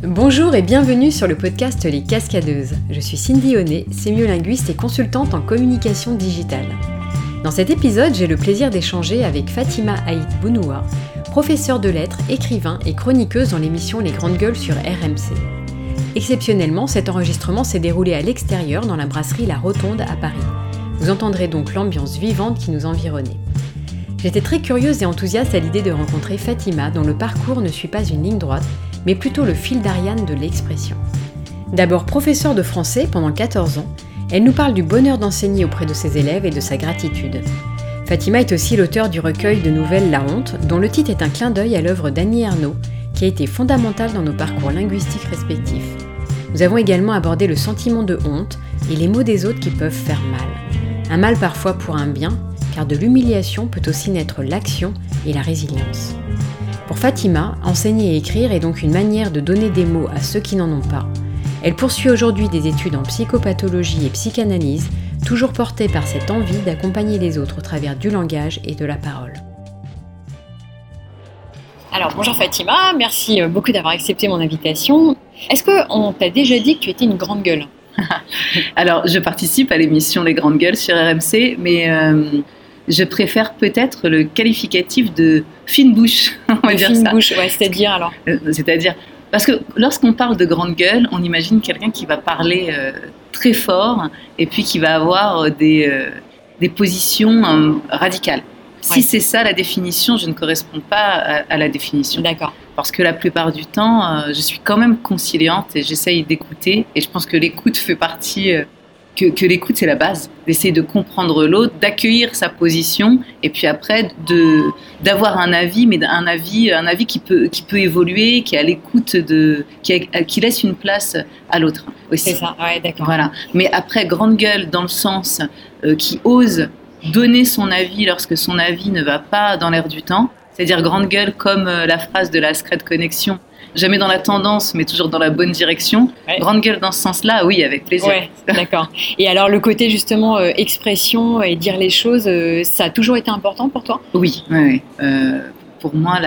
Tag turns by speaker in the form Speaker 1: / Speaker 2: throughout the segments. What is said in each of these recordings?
Speaker 1: Bonjour et bienvenue sur le podcast Les Cascadeuses. Je suis Cindy Honnet, sémiolinguiste et consultante en communication digitale. Dans cet épisode, j'ai le plaisir d'échanger avec Fatima Aït Bounoua, professeure de lettres, écrivain et chroniqueuse dans l'émission Les Grandes Gueules sur RMC. Exceptionnellement, cet enregistrement s'est déroulé à l'extérieur dans la brasserie La Rotonde à Paris. Vous entendrez donc l'ambiance vivante qui nous environnait. J'étais très curieuse et enthousiaste à l'idée de rencontrer Fatima, dont le parcours ne suit pas une ligne droite, mais plutôt le fil d'Ariane de l'expression. D'abord professeure de français pendant 14 ans, elle nous parle du bonheur d'enseigner auprès de ses élèves et de sa gratitude. Fatima est aussi l'auteure du recueil de nouvelles La Honte, dont le titre est un clin d'œil à l'œuvre d'Annie Ernaux, qui a été fondamentale dans nos parcours linguistiques respectifs. Nous avons également abordé le sentiment de honte et les mots des autres qui peuvent faire mal. Un mal parfois pour un bien, car de l'humiliation peut aussi naître l'action et la résilience. Pour Fatima, enseigner et écrire est donc une manière de donner des mots à ceux qui n'en ont pas. Elle poursuit aujourd'hui des études en psychopathologie et psychanalyse, toujours portée par cette envie d'accompagner les autres au travers du langage et de la parole. Alors bonjour Fatima, merci beaucoup d'avoir accepté mon invitation. Est-ce qu'on t'a déjà dit que tu étais une grande gueule ?
Speaker 2: Alors je participe à l'émission Les Grandes Gueules sur RMC, mais je préfère peut-être le qualificatif de fine bouche, on va dire ça.
Speaker 1: Fine bouche, ouais, c'est-à-dire alors
Speaker 2: C'est-à-dire, parce que lorsqu'on parle de grande gueule, on imagine quelqu'un qui va parler très fort et puis qui va avoir des positions radicales. Si c'est ça la définition, je ne corresponds pas à la définition.
Speaker 1: D'accord.
Speaker 2: Parce que la plupart du temps, je suis quand même conciliante et j'essaye d'écouter. Et je pense que l'écoute fait partie... Que l'écoute, c'est la base, d'essayer de comprendre l'autre, d'accueillir sa position, et puis après d'avoir un avis, mais un avis qui peut évoluer, qui est à l'écoute qui laisse une place à l'autre aussi.
Speaker 1: C'est ça, ouais, d'accord.
Speaker 2: Voilà. Mais après, grande gueule dans le sens qui ose donner son avis lorsque son avis ne va pas dans l'air du temps, c'est-à-dire grande gueule comme la phrase de la Secret Connection. Jamais dans la tendance, mais toujours dans la bonne direction. Ouais. Grande gueule dans ce sens-là, oui, avec plaisir.
Speaker 1: Ouais, d'accord. Et alors, le côté justement expression et dire les choses, ça a toujours été important pour toi ?
Speaker 2: Oui. Pour moi,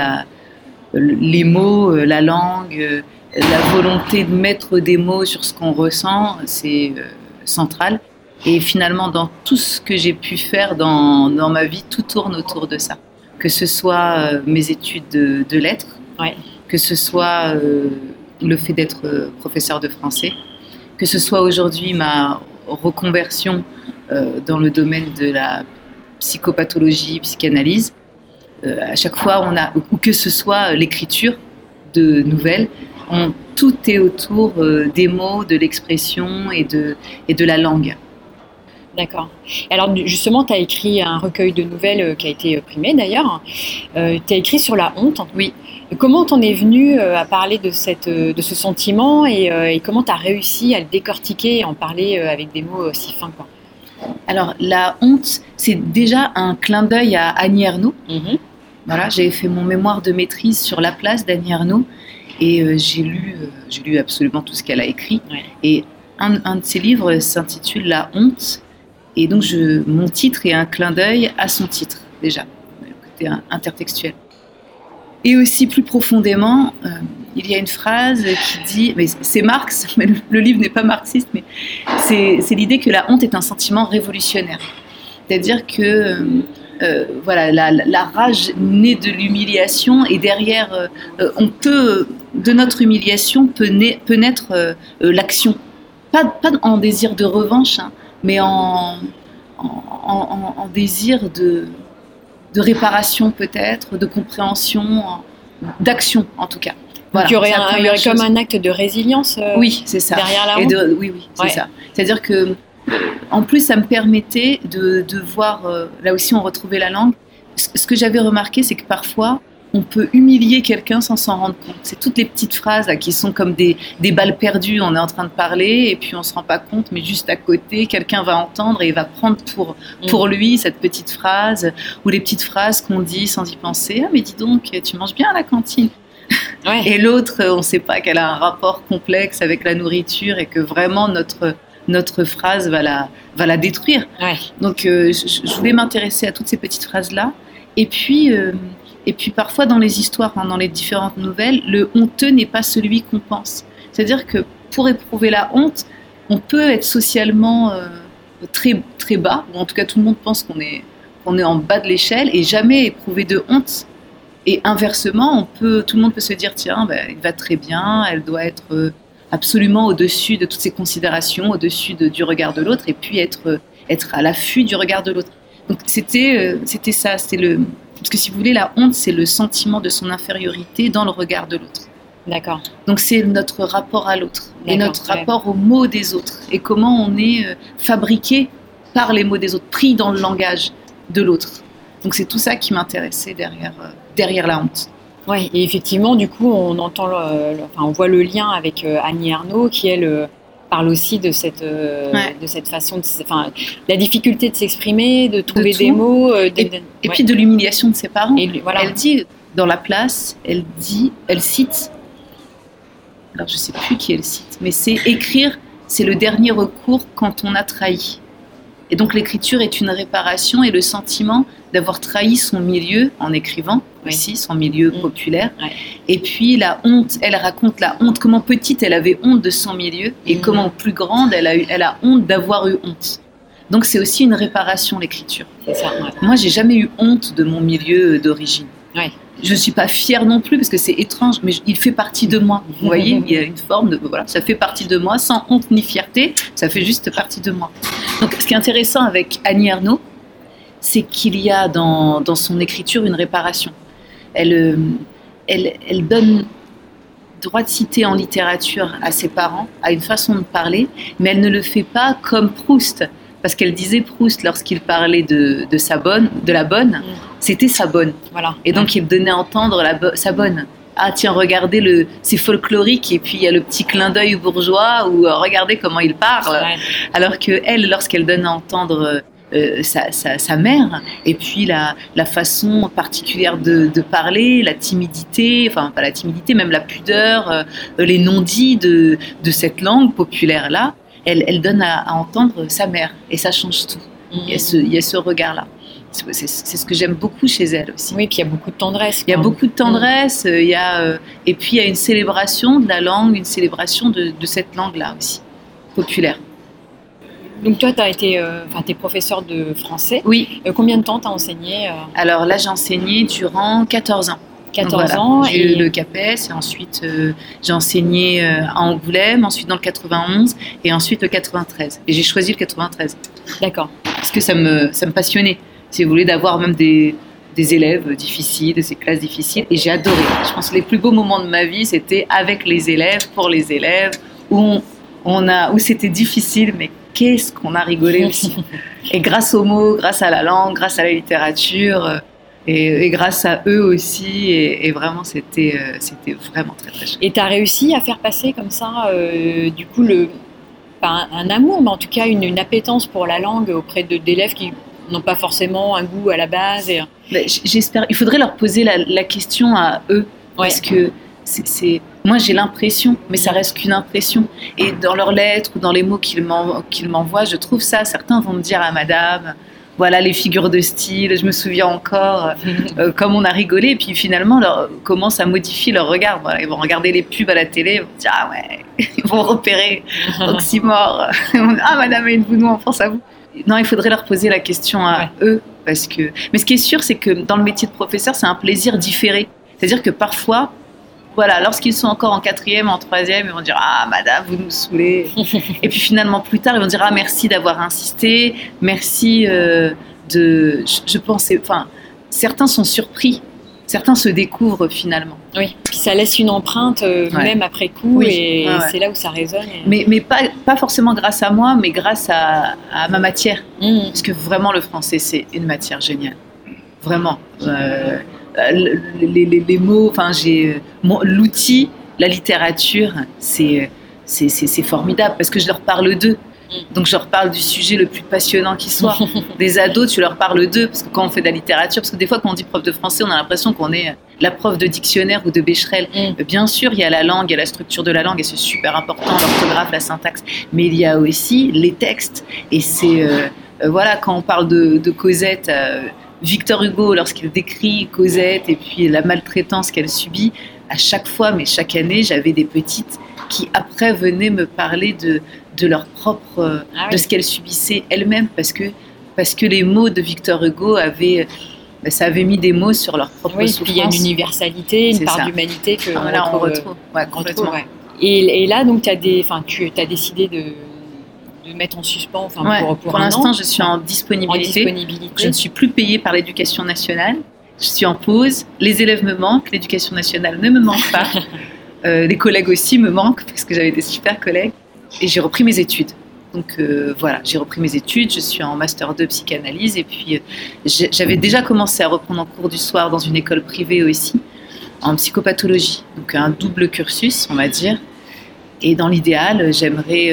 Speaker 2: les mots, la langue, la volonté de mettre des mots sur ce qu'on ressent, c'est central. Et finalement, dans tout ce que j'ai pu faire dans ma vie, tout tourne autour de ça. Que ce soit mes études de lettres,
Speaker 1: ouais.
Speaker 2: Que ce soit le fait d'être professeur de français, que ce soit aujourd'hui ma reconversion dans le domaine de la psychopathologie, psychanalyse, à chaque fois ou que ce soit l'écriture de nouvelles, tout est autour des mots, de l'expression et de la langue.
Speaker 1: D'accord. Alors justement, tu as écrit un recueil de nouvelles qui a été primé d'ailleurs. Tu as écrit sur la honte.
Speaker 2: Oui.
Speaker 1: Comment t'en es venue à parler de ce sentiment et comment tu as réussi à le décortiquer et en parler avec des mots aussi fins, quoi ?
Speaker 2: Alors la honte, c'est déjà un clin d'œil à Annie Ernaux. Mm-hmm. Voilà, j'avais fait mon mémoire de maîtrise sur la place d'Annie Ernaux et j'ai lu absolument tout ce qu'elle a écrit. Ouais. Et un de ses livres s'intitule La honte. Et donc, mon titre est un clin d'œil à son titre, déjà, le côté intertextuel. Et aussi, plus profondément, il y a une phrase qui dit, mais c'est Marx, mais le livre n'est pas marxiste, mais c'est l'idée que la honte est un sentiment révolutionnaire. C'est-à-dire que la rage naît de l'humiliation et derrière, de notre humiliation peut naître l'action. Pas en désir de revanche, hein, mais en désir de réparation peut-être, de compréhension, d'action en tout cas.
Speaker 1: Voilà, donc il y aurait comme un acte de résilience
Speaker 2: oui, c'est ça.
Speaker 1: Derrière la honte.
Speaker 2: Oui, c'est ça. C'est-à-dire que, en plus, ça me permettait de voir, là aussi on retrouvait la langue. Ce que j'avais remarqué, c'est que parfois, on peut humilier quelqu'un sans s'en rendre compte. C'est toutes les petites phrases là, qui sont comme des balles perdues. On est en train de parler et puis on ne se rend pas compte, mais juste à côté, quelqu'un va entendre et va prendre pour lui cette petite phrase ou les petites phrases qu'on dit sans y penser. « Ah mais dis donc, tu manges bien à la cantine ?» Ouais. Et l'autre, on ne sait pas qu'elle a un rapport complexe avec la nourriture et que vraiment notre phrase va la détruire. Ouais. Donc je voulais m'intéresser à toutes ces petites phrases-là. Et puis parfois dans les histoires, dans les différentes nouvelles, le honteux n'est pas celui qu'on pense. C'est-à-dire que pour éprouver la honte, on peut être socialement très, très bas, ou en tout cas tout le monde pense qu'on est en bas de l'échelle et jamais éprouver de honte. Et inversement, tout le monde peut se dire, tiens, il va très bien, elle doit être absolument au-dessus de toutes ces considérations, au-dessus du regard de l'autre, et puis être à l'affût du regard de l'autre. Donc c'était ça, parce que si vous voulez, la honte, c'est le sentiment de son infériorité dans le regard de l'autre.
Speaker 1: D'accord.
Speaker 2: Donc c'est notre rapport à l'autre et notre rapport aux mots des autres et comment on est fabriqué par les mots des autres, pris dans le langage de l'autre. Donc c'est tout ça qui m'intéressait derrière la honte.
Speaker 1: Oui, et effectivement, du coup, on entend, on voit le lien avec Annie Ernaux qui elle parle aussi de cette façon, la difficulté de s'exprimer, de trouver des mots, et
Speaker 2: puis de l'humiliation de ses parents.
Speaker 1: Voilà.
Speaker 2: Elle dit dans la place, elle cite. Alors je ne sais plus qui elle cite, mais c'est écrire, c'est le dernier recours quand on a trahi. Et donc l'écriture est une réparation et le sentiment d'avoir trahi son milieu en écrivant aussi, son milieu populaire. Ouais. Et puis la honte, elle raconte la honte, comment petite elle avait honte de son milieu et comment plus grande elle a honte d'avoir eu honte. Donc c'est aussi une réparation l'écriture.
Speaker 1: C'est ça, ouais.
Speaker 2: Moi j'ai jamais eu honte de mon milieu d'origine.
Speaker 1: Ouais.
Speaker 2: Je ne suis pas fière non plus parce que c'est étrange, mais il fait partie de moi. Vous voyez, il y a une forme de... Voilà, ça fait partie de moi, sans honte ni fierté, ça fait juste partie de moi. Donc ce qui est intéressant avec Annie Ernaux, c'est qu'il y a dans son écriture une réparation. Elle donne droit de cité en littérature à ses parents, à une façon de parler, mais elle ne le fait pas comme Proust. Parce qu'elle disait Proust, lorsqu'il parlait de la bonne, c'était sa bonne.
Speaker 1: Voilà.
Speaker 2: Et donc il donnait à entendre sa bonne. Ah tiens, regardez, c'est folklorique, et puis il y a le petit clin d'œil bourgeois, où regardez comment il parle. Ouais. Alors qu'elle, lorsqu'elle donne à entendre sa mère, et puis la façon particulière de parler, la timidité, enfin pas la timidité, même la pudeur, les non-dits de cette langue populaire-là, elle donne à entendre sa mère, et ça change tout. Il y a ce regard-là. C'est ce que j'aime beaucoup chez elle aussi.
Speaker 1: Oui, puis il y a beaucoup de tendresse.
Speaker 2: Il y a beaucoup de tendresse, et puis il y a une célébration de la langue, une célébration de cette langue-là aussi, populaire.
Speaker 1: Donc toi, t'es professeur de français.
Speaker 2: Oui.
Speaker 1: Combien de temps t'as enseigné
Speaker 2: Alors là, j'ai enseigné durant 14 ans.
Speaker 1: 14 ans.
Speaker 2: J'ai eu le CAPES, et ensuite j'ai enseigné à Angoulême, ensuite dans le 91, et ensuite le 93. Et j'ai choisi le 93.
Speaker 1: D'accord.
Speaker 2: Parce que ça me passionnait, si vous voulez, d'avoir même des élèves difficiles, de ces classes difficiles. Et j'ai adoré. Je pense que les plus beaux moments de ma vie, c'était avec les élèves, pour les élèves, où c'était difficile, mais qu'est-ce qu'on a rigolé aussi. Et grâce aux mots, grâce à la langue, grâce à la littérature... Et grâce à eux aussi, et vraiment, c'était vraiment très, très chouette.
Speaker 1: Et tu as réussi à faire passer comme ça, du coup, pas un amour, mais en tout cas une appétence pour la langue auprès d'élèves qui n'ont pas forcément un goût à la base.
Speaker 2: J'espère. Il faudrait leur poser la question à eux, parce que moi, j'ai l'impression, mais ça reste qu'une impression. Et dans leurs lettres ou dans les mots qu'ils m'envoient, je trouve ça. Certains vont me dire à madame... Voilà les figures de style, je me souviens encore comme on a rigolé, et puis finalement commencent à modifier leur regard. Voilà, ils vont regarder les pubs à la télé, ils vont dire ah ouais, ils vont repérer Oxymore. Ils vont dire ah madame Aït-Bounou, on pense à vous. Non, il faudrait leur poser la question à eux, parce que. Mais ce qui est sûr, c'est que dans le métier de professeur, c'est un plaisir différé. C'est-à-dire que parfois, voilà, lorsqu'ils sont encore en 4e, en 3e, ils vont dire « Ah, madame, vous nous saoulez ». Et puis finalement, plus tard, ils vont dire « Ah, merci d'avoir insisté, merci Je pensais... » Enfin, certains sont surpris, certains se découvrent finalement.
Speaker 1: Oui, puis ça laisse une empreinte même après coup, et c'est là où ça résonne.
Speaker 2: Mais pas forcément grâce à moi, mais grâce à ma matière. Parce que vraiment, le français, c'est une matière géniale. Vraiment. Les mots, enfin l'outil, la littérature, c'est formidable parce que je leur parle d'eux. Donc je leur parle du sujet le plus passionnant qui soit. Des ados, tu leur parles d'eux, parce que quand on fait de la littérature, parce que des fois quand on dit prof de français, on a l'impression qu'on est la prof de dictionnaire ou de Becherel. Bien sûr, il y a la langue, il y a la structure de la langue, et c'est super important, l'orthographe, la syntaxe, mais il y a aussi les textes. Et c'est voilà, quand on parle de Cosette. Victor Hugo, lorsqu'il décrit Cosette et puis la maltraitance qu'elle subit, à chaque fois, mais chaque année, j'avais des petites qui après venaient me parler de leur propre, de ce qu'elles subissaient elles-mêmes, parce que les mots de Victor Hugo ça avait mis des mots sur leur propre souffrance.
Speaker 1: Puis il y a une universalité, une part d'humanité que
Speaker 2: on retrouve. Ouais, complètement.
Speaker 1: Et là, donc, tu as décidé de mettre en suspens pour
Speaker 2: l'instant, je suis en disponibilité. Je ne suis plus payée par l'Éducation nationale. Je suis en pause. Les élèves me manquent. L'Éducation nationale ne me manque pas. Les collègues aussi me manquent parce que j'avais des super collègues. Et j'ai repris mes études. Donc voilà, j'ai repris mes études. Je suis en Master 2 psychanalyse. Et puis, j'avais déjà commencé à reprendre en cours du soir dans une école privée aussi, en psychopathologie. Donc un double cursus, on va dire. Et dans l'idéal, j'aimerais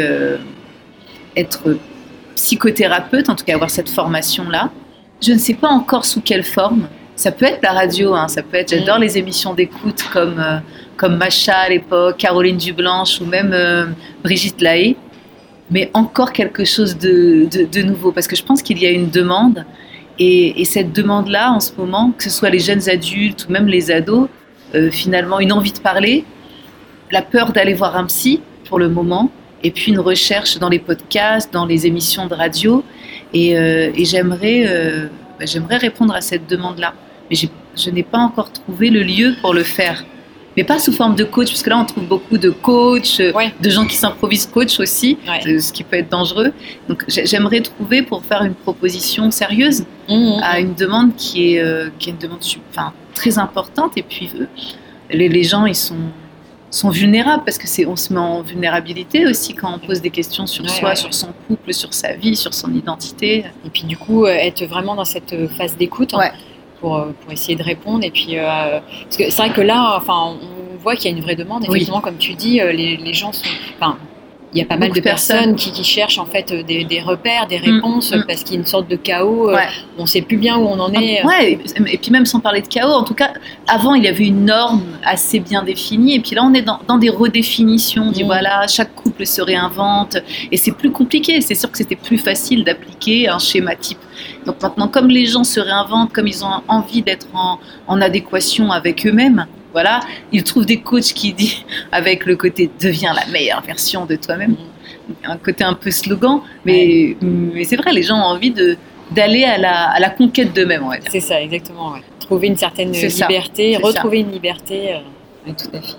Speaker 2: être psychothérapeute, en tout cas avoir cette formation-là. Je ne sais pas encore sous quelle forme. Ça peut être la radio, ça peut être. J'adore les émissions d'écoute comme Macha à l'époque, Caroline Dublanche ou même Brigitte Lahaye. Mais encore quelque chose de nouveau, parce que je pense qu'il y a une demande. Et cette demande-là, en ce moment, que ce soit les jeunes adultes ou même les ados, finalement, une envie de parler, la peur d'aller voir un psy pour le moment, et puis une recherche dans les podcasts, dans les émissions de radio. Et j'aimerais répondre à cette demande-là. Mais je n'ai pas encore trouvé le lieu pour le faire. Mais pas sous forme de coach, parce que là, on trouve beaucoup de coachs, de gens qui s'improvisent coach aussi, ce qui peut être dangereux. Donc, j'aimerais trouver pour faire une proposition sérieuse à une demande qui est une demande très importante. Et puis, les gens, ils sont vulnérables, parce qu'on se met en vulnérabilité aussi quand on pose des questions sur soi, sur son couple, sur sa vie, sur son identité.
Speaker 1: Et puis, du coup, être vraiment dans cette phase d'écoute. Pour essayer de répondre. Et puis, parce que c'est vrai que là, on voit qu'il y a une vraie demande. Effectivement, comme tu dis, les gens sont... il y a pas mal de personnes qui cherchent en fait des repères, des réponses, parce qu'il y a une sorte de chaos. On ne sait plus bien où on en est.
Speaker 2: Et puis même sans parler de chaos, en tout cas, avant, il y avait une norme assez bien définie. Et puis là, on est dans des redéfinitions. On dit voilà, chaque couple se réinvente. Et c'est plus compliqué. C'est sûr que c'était plus facile d'appliquer un schéma type. Donc maintenant, comme les gens se réinventent, comme ils ont envie d'être en adéquation avec eux-mêmes, voilà, ils trouvent des coachs qui disent, avec le côté « deviens la meilleure version de toi-même », un côté un peu slogan, mais c'est vrai, les gens ont envie d'aller à la conquête d'eux-mêmes, on va dire.
Speaker 1: C'est ça, exactement. Trouver une certaine liberté, retrouver une liberté. Tout à fait.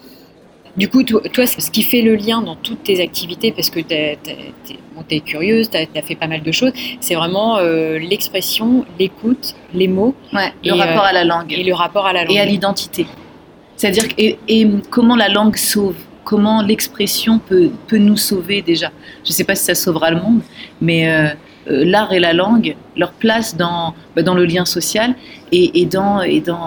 Speaker 1: Du coup, toi, ce qui fait le lien dans toutes tes activités, parce que t'es curieuse, t'as fait pas mal de choses, c'est vraiment l'expression, l'écoute, les mots.
Speaker 2: Le rapport à la langue.
Speaker 1: Et le rapport à la langue.
Speaker 2: Et à l'identité. C'est-à-dire, et comment la langue sauve, comment l'expression peut nous sauver déjà. Je ne sais pas si ça sauvera le monde, mais l'art et la langue, leur place dans le lien social et dans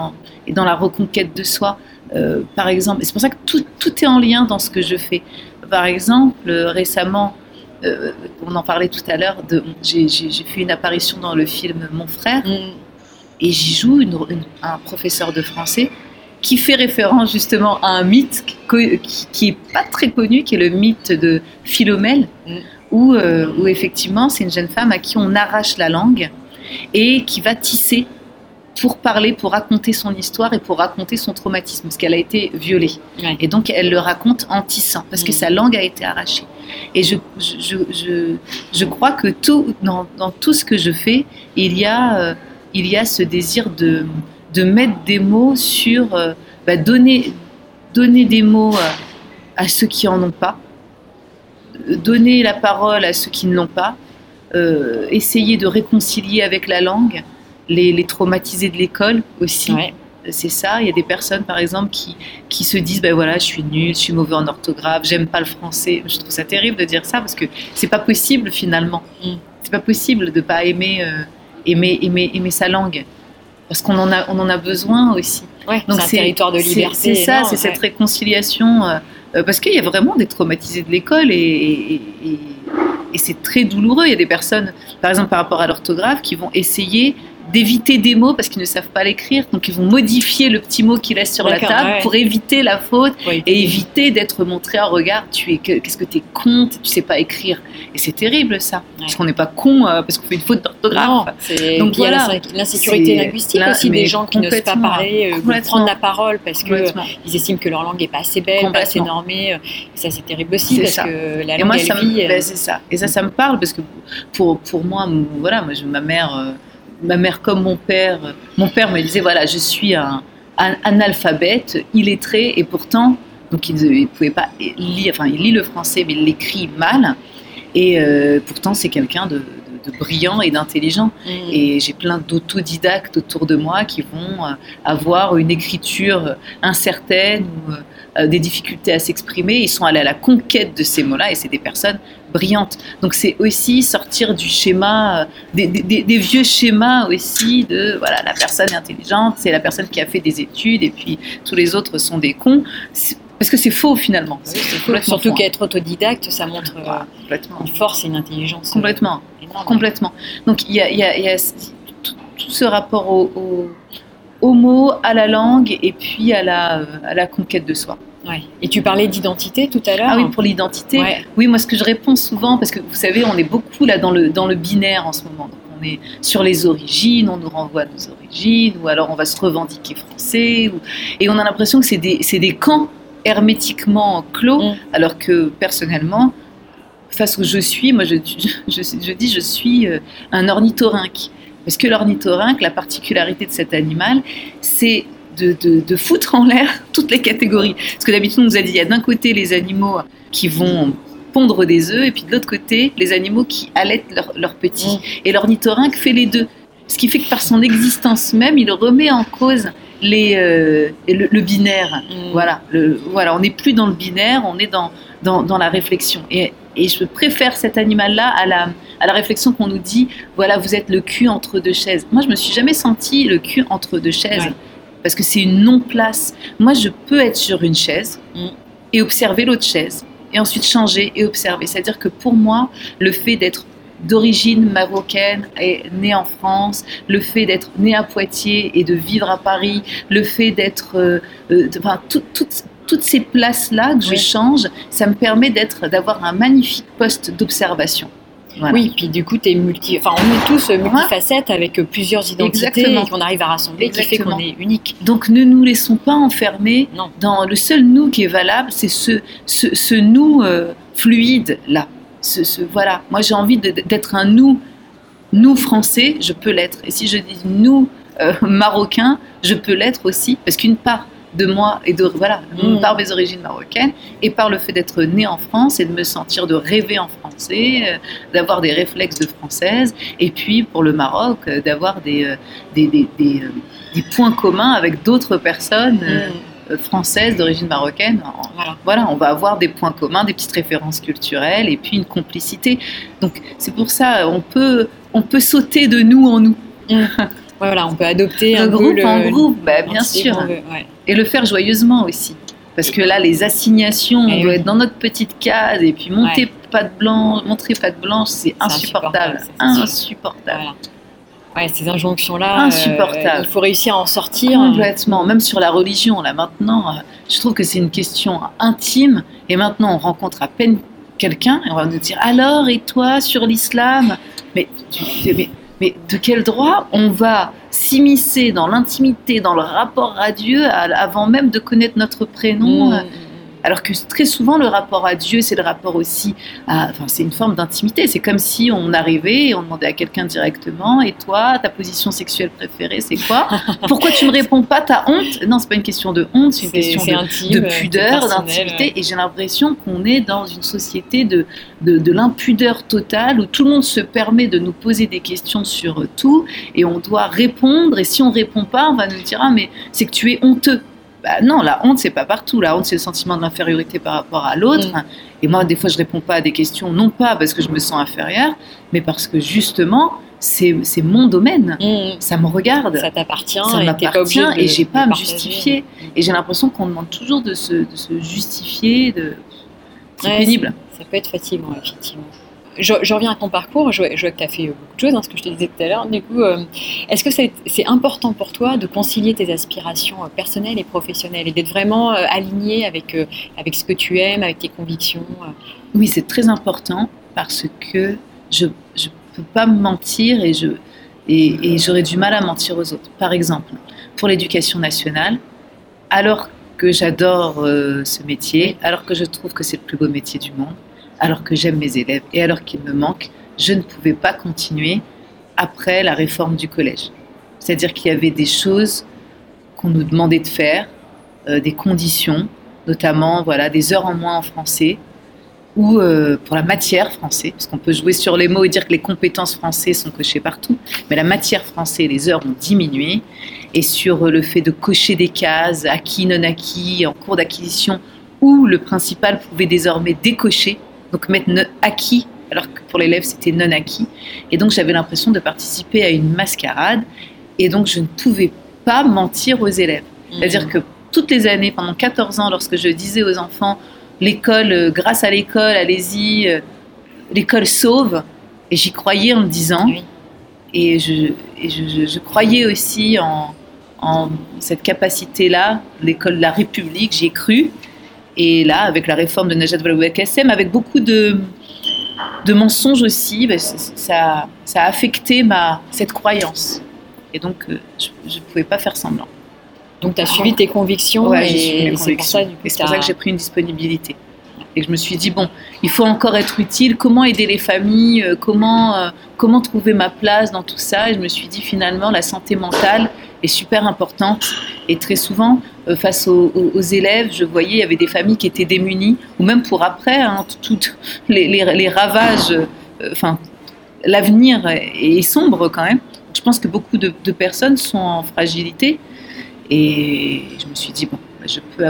Speaker 2: la reconquête de soi. Par exemple, c'est pour ça que tout est en lien dans ce que je fais. Par exemple, récemment, on en parlait tout à l'heure, j'ai fait une apparition dans le film Mon frère, et j'y joue un professeur de français qui fait référence justement à un mythe qui est pas très connu, qui est le mythe de Philomèle, où effectivement c'est une jeune femme à qui on arrache la langue et qui va tisser pour parler, pour raconter son histoire et pour raconter son traumatisme, parce qu'elle a été violée. Et donc elle le raconte en tissant, parce que sa langue a été arrachée. Et je crois que dans tout ce que je fais, il y a ce désir de mettre des mots sur... donner des mots à ceux qui n'en ont pas, donner la parole à ceux qui ne l'ont pas, essayer de réconcilier avec la langue, les traumatisés de l'école aussi. C'est ça, il y a des personnes par exemple qui se disent je suis nulle, je suis mauvais en orthographe, j'aime pas le français. Je trouve ça terrible de dire ça, parce que c'est pas possible finalement. C'est pas possible de pas aimer sa langue, parce qu'on en a besoin aussi.
Speaker 1: Donc c'est un territoire de liberté.
Speaker 2: C'est ça, c'est cette réconciliation, parce qu'il y a vraiment des traumatisés de l'école et c'est très douloureux. Il y a des personnes, par exemple par rapport à l'orthographe, qui vont essayer d'éviter des mots parce qu'ils ne savent pas l'écrire. Donc, ils vont modifier le petit mot qui reste sur la table pour éviter la faute et éviter d'être montré à regard. Qu'est-ce que t'es con, tu sais pas écrire. Et c'est terrible, ça. Parce qu'on n'est pas con parce qu'on fait une faute d'orthographe.
Speaker 1: Donc, il y a l'insécurité linguistique aussi, des gens qui n'osent pas parler, prendre la parole parce qu'ils estiment que leur langue n'est pas assez belle, pas assez normée. Et ça, c'est terrible aussi parce que la langue,
Speaker 2: c'est ça. Et ça me parle parce que pour moi, ma mère comme mon père me disait, voilà, je suis un analphabète, illettré, et pourtant, donc il ne pouvait pas lire, enfin il lit le français, mais il l'écrit mal, et pourtant c'est quelqu'un de brillant et d'intelligent. Et j'ai plein d'autodidactes autour de moi qui vont avoir une écriture incertaine ou des difficultés à s'exprimer. Ils sont allés à la conquête de ces mots-là et c'est des personnes brillantes. Donc c'est aussi sortir du schéma, des vieux schémas aussi de voilà, la personne intelligente, c'est la personne qui a fait des études et puis tous les autres sont des cons. Parce que c'est faux finalement.
Speaker 1: Oui, c'est faux. Surtout qu'être autodidacte, ça montre une force et une intelligence.
Speaker 2: Complètement. Complètement. Donc il y a tout ce rapport au mot, à la langue et puis à la conquête de soi.
Speaker 1: Ouais. Et tu parlais d'identité tout à l'heure.
Speaker 2: Ah oui, pour l'identité. Ouais. Oui, moi ce que je réponds souvent, parce que vous savez, on est beaucoup là dans le binaire en ce moment. Donc, on est sur les origines, on nous renvoie à nos origines, ou alors on va se revendiquer français, et on a l'impression que c'est des camps hermétiquement clos, alors que personnellement, face où je suis, moi je dis je suis un ornithorynque. Parce que l'ornithorynque, la particularité de cet animal, c'est de foutre en l'air toutes les catégories. Parce que d'habitude, on nous a dit, il y a d'un côté les animaux qui vont pondre des œufs, et puis de l'autre côté, les animaux qui allaitent leurs petits. Et l'ornithorynque fait les deux. Ce qui fait que par son existence même, il remet en cause le binaire. Voilà, on n'est plus dans le binaire, on est dans la réflexion. Et je préfère cet animal-là à la réflexion qu'on nous dit, voilà, vous êtes le cul entre deux chaises. Moi, je me suis jamais senti le cul entre deux chaises, parce que c'est une non-place. Moi, je peux être sur une chaise et observer l'autre chaise, et ensuite changer et observer. C'est-à-dire que pour moi, le fait d'être d'origine marocaine et née en France, le fait d'être née à Poitiers et de vivre à Paris, le fait d'être... toutes ces places-là que je change, ça me permet d'avoir un magnifique poste d'observation. Voilà.
Speaker 1: Oui, puis du coup, on est tous multifacettes avec plusieurs identités qu'on arrive à rassembler, qui fait qu'on est unique.
Speaker 2: Donc ne nous laissons pas enfermer dans le seul nous qui est valable, c'est ce nous fluide-là. Voilà, moi j'ai envie d'être un nous français, je peux l'être. Et si je dis nous marocain, je peux l'être aussi, parce qu'une part de moi et par mes origines marocaines et par le fait d'être née en France et de me sentir, de rêver en français, d'avoir des réflexes de française, et puis pour le Maroc d'avoir des points communs avec d'autres personnes françaises d'origine marocaine. Voilà, on va avoir des points communs, des petites références culturelles et puis une complicité. Donc c'est pour ça on peut sauter de nous en nous.
Speaker 1: Voilà, on peut adopter un
Speaker 2: groupe en groupe, bien sûr. Et le faire joyeusement aussi. Parce que là, les assignations, on doit être dans notre petite case et puis montrer patte blanche, c'est insupportable. Insupportable.
Speaker 1: Voilà. Ces injonctions-là, il faut réussir à en sortir.
Speaker 2: Complètement. Même sur la religion, là maintenant, je trouve que c'est une question intime. Et maintenant, on rencontre à peine quelqu'un et on va nous dire, alors, et toi, sur l'islam ? Mais de quel droit on va s'immiscer dans l'intimité, dans le rapport à Dieu, avant même de connaître notre prénom Alors que très souvent, le rapport à Dieu, c'est le rapport aussi c'est une forme d'intimité. C'est comme si on arrivait et on demandait à quelqu'un directement, et toi, ta position sexuelle préférée, c'est quoi ? Pourquoi tu ne me réponds pas ? T'as honte ? Non, c'est pas une question de honte, c'est une question de pudeur, d'intimité. Et j'ai l'impression qu'on est dans une société de l'impudeur totale, où tout le monde se permet de nous poser des questions sur tout, et on doit répondre, et si on ne répond pas, on va nous dire « Ah, mais c'est que tu es honteux ». Non, la honte, c'est pas partout. La honte, c'est le sentiment de l'infériorité par rapport à l'autre. Et moi, des fois, je réponds pas à des questions, non pas parce que je me sens inférieure, mais parce que justement, c'est mon domaine. Ça me regarde.
Speaker 1: Ça t'appartient.
Speaker 2: Ça m'appartient et j'ai pas à me justifier. Et j'ai l'impression qu'on demande toujours de se justifier. C'est pénible.
Speaker 1: Ça peut être fatigant, effectivement. je reviens à ton parcours, je vois que tu as fait beaucoup de choses, ce que je te disais tout à l'heure. Du coup, est-ce que c'est important pour toi de concilier tes aspirations personnelles et professionnelles et d'être vraiment aligné avec ce que tu aimes, avec tes convictions
Speaker 2: Oui, c'est très important parce que je ne peux pas me mentir et j'aurais du mal à mentir aux autres. Par exemple, pour l'éducation nationale, alors que j'adore ce métier, alors que je trouve que c'est le plus beau métier du monde, alors que j'aime mes élèves et alors qu'il me manque, je ne pouvais pas continuer après la réforme du collège. C'est-à-dire qu'il y avait des choses qu'on nous demandait de faire, des conditions, notamment des heures en moins en français, ou pour la matière français, parce qu'on peut jouer sur les mots et dire que les compétences français sont cochées partout, mais la matière français, les heures ont diminué, et sur le fait de cocher des cases, acquis, non acquis, en cours d'acquisition, où le principal pouvait désormais décocher, donc mettre acquis, alors que pour l'élève c'était non acquis, et donc j'avais l'impression de participer à une mascarade, et donc je ne pouvais pas mentir aux élèves. C'est-à-dire que toutes les années, pendant 14 ans, lorsque je disais aux enfants, l'école, grâce à l'école, allez-y, l'école sauve. Et j'y croyais en me disant, oui. Et je croyais aussi en cette capacité-là, l'école de la République, j'y ai cru. Et là, avec la réforme de Najat Vallaud-Belkacem, avec beaucoup de mensonges aussi, ça a affecté cette croyance. Et donc, je ne pouvais pas faire semblant.
Speaker 1: Donc, tu as suivi tes convictions et c'est pour ça,
Speaker 2: c'est pour ça que j'ai pris une disponibilité. Et je me suis dit, bon, il faut encore être utile. Comment aider les familles, comment trouver ma place dans tout ça. Et je me suis dit, finalement, la santé mentale est super importante. Et très souvent, face aux élèves, je voyais, il y avait des familles qui étaient démunies, ou même pour après, toutes les ravages, l'avenir est sombre quand même. Je pense que beaucoup de personnes sont en fragilité. Et je me suis dit, bon, je peux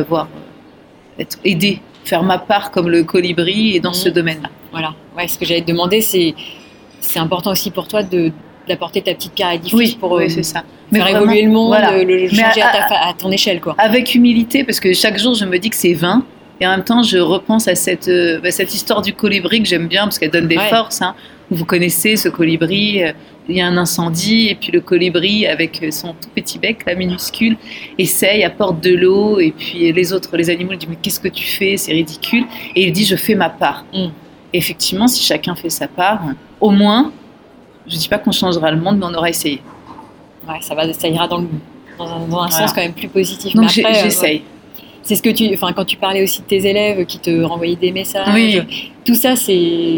Speaker 2: être aidée, faire ma part comme le colibri et dans ce domaine-là.
Speaker 1: Voilà. Ouais, ce que j'allais te demander, c'est important aussi pour toi d'apporter ta petite pierre à l'édifice pour
Speaker 2: c'est ça.
Speaker 1: faire évoluer le monde, le changer à ton échelle, quoi.
Speaker 2: Avec humilité, parce que chaque jour, je me dis que c'est vain. Et en même temps, je repense à cette histoire du colibri que j'aime bien, parce qu'elle donne des forces. Vous connaissez ce colibri, il y a un incendie, et puis le colibri, avec son tout petit bec, là, minuscule, essaye, apporte de l'eau, et puis les animaux lui disent « Mais qu'est-ce que tu fais ? C'est ridicule !» Et il dit « Je fais ma part. Et effectivement, si chacun fait sa part, au moins, je ne dis pas qu'on changera le monde, mais on aura essayé.
Speaker 1: Ouais, ça ira dans un sens quand même plus positif.
Speaker 2: Donc mais après, j'essaye.
Speaker 1: C'est ce que quand tu parlais aussi de tes élèves qui te renvoyaient des messages, tout ça c'est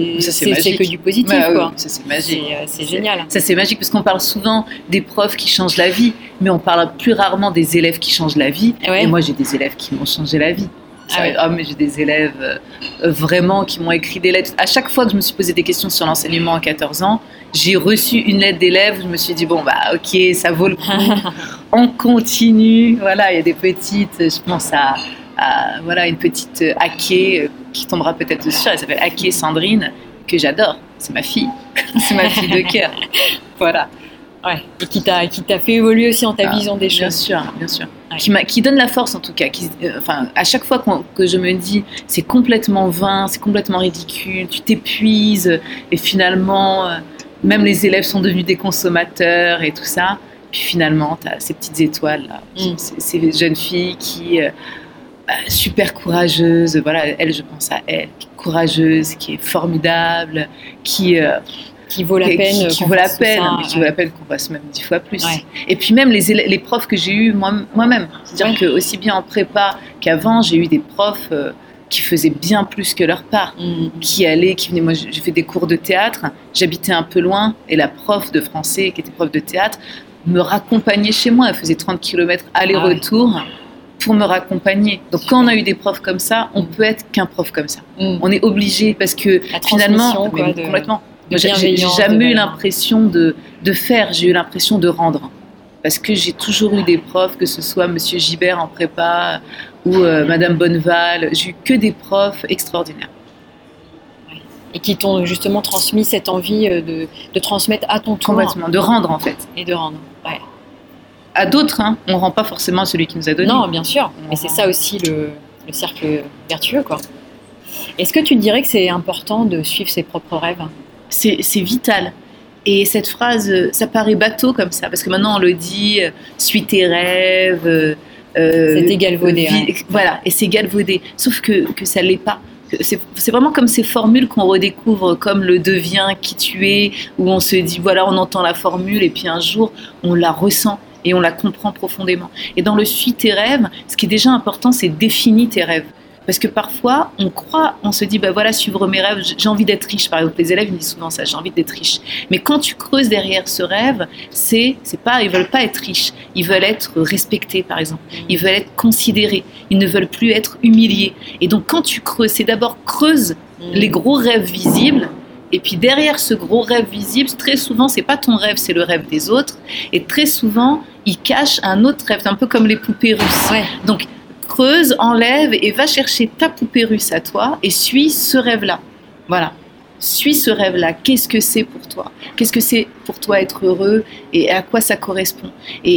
Speaker 1: que du positif, quoi.
Speaker 2: Ça c'est magique.
Speaker 1: C'est génial.
Speaker 2: Ça c'est magique parce qu'on parle souvent des profs qui changent la vie, mais on parle plus rarement des élèves qui changent la vie. Et moi j'ai des élèves qui m'ont changé la vie. Mais j'ai des élèves vraiment qui m'ont écrit des lettres. À chaque fois que je me suis posé des questions sur l'enseignement à 14 ans, j'ai reçu une lettre d'élève où je me suis dit, bon, ok, ça vaut le coup, on continue. Voilà, il y a des petites, je pense à une petite Aké qui tombera peut-être dessus, elle s'appelle Aké Sandrine, que j'adore, c'est ma fille, c'est ma fille de cœur. Voilà.
Speaker 1: Ouais. Et qui t'a fait évoluer aussi dans ta vision des choses.
Speaker 2: Bien sûr. Ouais. Qui donne la force en tout cas. À chaque fois que je me dis c'est complètement vain, c'est complètement ridicule, tu t'épuises et finalement même les élèves sont devenus des consommateurs et tout ça. Puis finalement tu as ces petites étoiles là, ces jeunes filles qui super courageuses. Voilà, elle, je pense à elle, qui est courageuse, qui est formidable, qui vaut la peine, qui vaut la peine qu'on fasse même 10 fois plus. Ouais. Et puis même les profs que j'ai eus moi-même, c'est-à-dire que aussi bien en prépa qu'avant, j'ai eu des profs qui faisaient bien plus que leur part, qui venaient. Moi, j'ai fait des cours de théâtre, j'habitais un peu loin, et la prof de français, qui était prof de théâtre, me raccompagnait chez moi. Elle faisait 30 km aller-retour pour me raccompagner. Donc quand on a eu des profs comme ça, on peut être qu'un prof comme ça. On est obligé parce que finalement, complètement. J'ai jamais eu l'impression de faire, j'ai eu l'impression de rendre. Parce que j'ai toujours eu des profs, que ce soit Monsieur Gibert en prépa ou Madame Bonneval, j'ai eu que des profs extraordinaires.
Speaker 1: Et qui t'ont justement transmis cette envie de transmettre à ton tour.
Speaker 2: Complètement, de rendre en fait.
Speaker 1: Et de rendre, ouais.
Speaker 2: À d'autres, on ne rend pas forcément à celui qui nous a donné.
Speaker 1: Non, bien sûr, mais c'est ça aussi le cercle vertueux, quoi. Est-ce que tu dirais que c'est important de suivre ses propres rêves ?
Speaker 2: C'est vital. Et cette phrase, ça paraît bateau comme ça, parce que maintenant on le dit, suis tes rêves.
Speaker 1: C'est galvaudé.
Speaker 2: Voilà, et c'est galvaudé. Sauf que ça ne l'est pas. C'est vraiment comme ces formules qu'on redécouvre, comme le deviens qui tu es, où on se dit, voilà, on entend la formule, et puis un jour, on la ressent et on la comprend profondément. Et dans le suis tes rêves, ce qui est déjà important, c'est définir tes rêves. Parce que parfois, on se dit, voilà, suivre mes rêves, j'ai envie d'être riche. Par exemple, les élèves me disent souvent ça, j'ai envie d'être riche. Mais quand tu creuses derrière ce rêve, ils veulent pas être riches, ils veulent être respectés, par exemple. Ils veulent être considérés, ils ne veulent plus être humiliés. Et donc, quand tu creuses, c'est d'abord creuse les gros rêves visibles. Et puis derrière ce gros rêve visible, très souvent, c'est pas ton rêve, c'est le rêve des autres. Et très souvent, il cache un autre rêve. C'est un peu comme les poupées russes. Ouais. Donc, creuse, enlève et va chercher ta poupée russe à toi et suis ce rêve-là. Voilà. Suis ce rêve-là. Qu'est-ce que c'est pour toi ? Qu'est-ce que c'est pour toi être heureux et à quoi ça correspond ?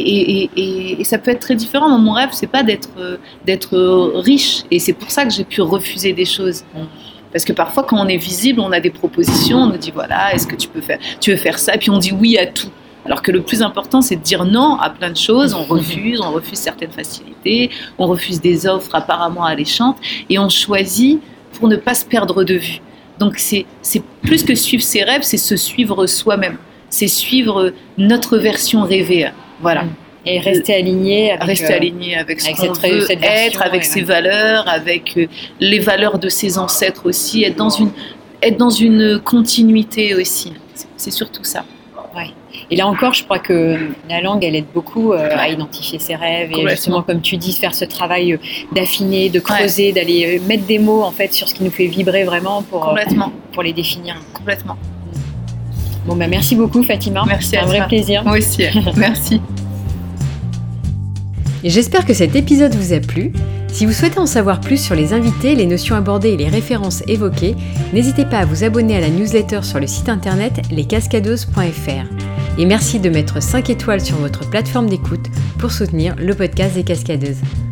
Speaker 2: Et ça peut être très différent. Mon rêve, c'est pas d'être riche. Et c'est pour ça que j'ai pu refuser des choses. Parce que parfois, quand on est visible, on a des propositions. On nous dit, voilà, est-ce que tu veux faire ça ? Et puis on dit oui à tout. Alors que le plus important, c'est de dire non à plein de choses. On refuse certaines facilités, on refuse des offres apparemment alléchantes et on choisit pour ne pas se perdre de vue. Donc c'est plus que suivre ses rêves, c'est se suivre soi-même. C'est suivre notre version rêvée. Voilà.
Speaker 1: Et rester aligné avec
Speaker 2: ce qu'on veut être, avec ses valeurs, avec les valeurs de ses ancêtres aussi, être dans une continuité aussi. C'est surtout ça.
Speaker 1: Ouais. Et là encore, je crois que la langue, elle aide beaucoup à identifier ses rêves et justement, comme tu dis, faire ce travail d'affiner, de creuser, d'aller mettre des mots en fait sur ce qui nous fait vibrer vraiment pour les définir.
Speaker 2: Complètement.
Speaker 1: Bon, merci beaucoup Fatima.
Speaker 2: Merci
Speaker 1: c'est un vrai plaisir.
Speaker 2: Moi aussi. Merci.
Speaker 1: Et j'espère que cet épisode vous a plu. Si vous souhaitez en savoir plus sur les invités, les notions abordées et les références évoquées, n'hésitez pas à vous abonner à la newsletter sur le site internet lescascadeuses.fr. Et merci de mettre 5 étoiles sur votre plateforme d'écoute pour soutenir le podcast des Cascadeuses.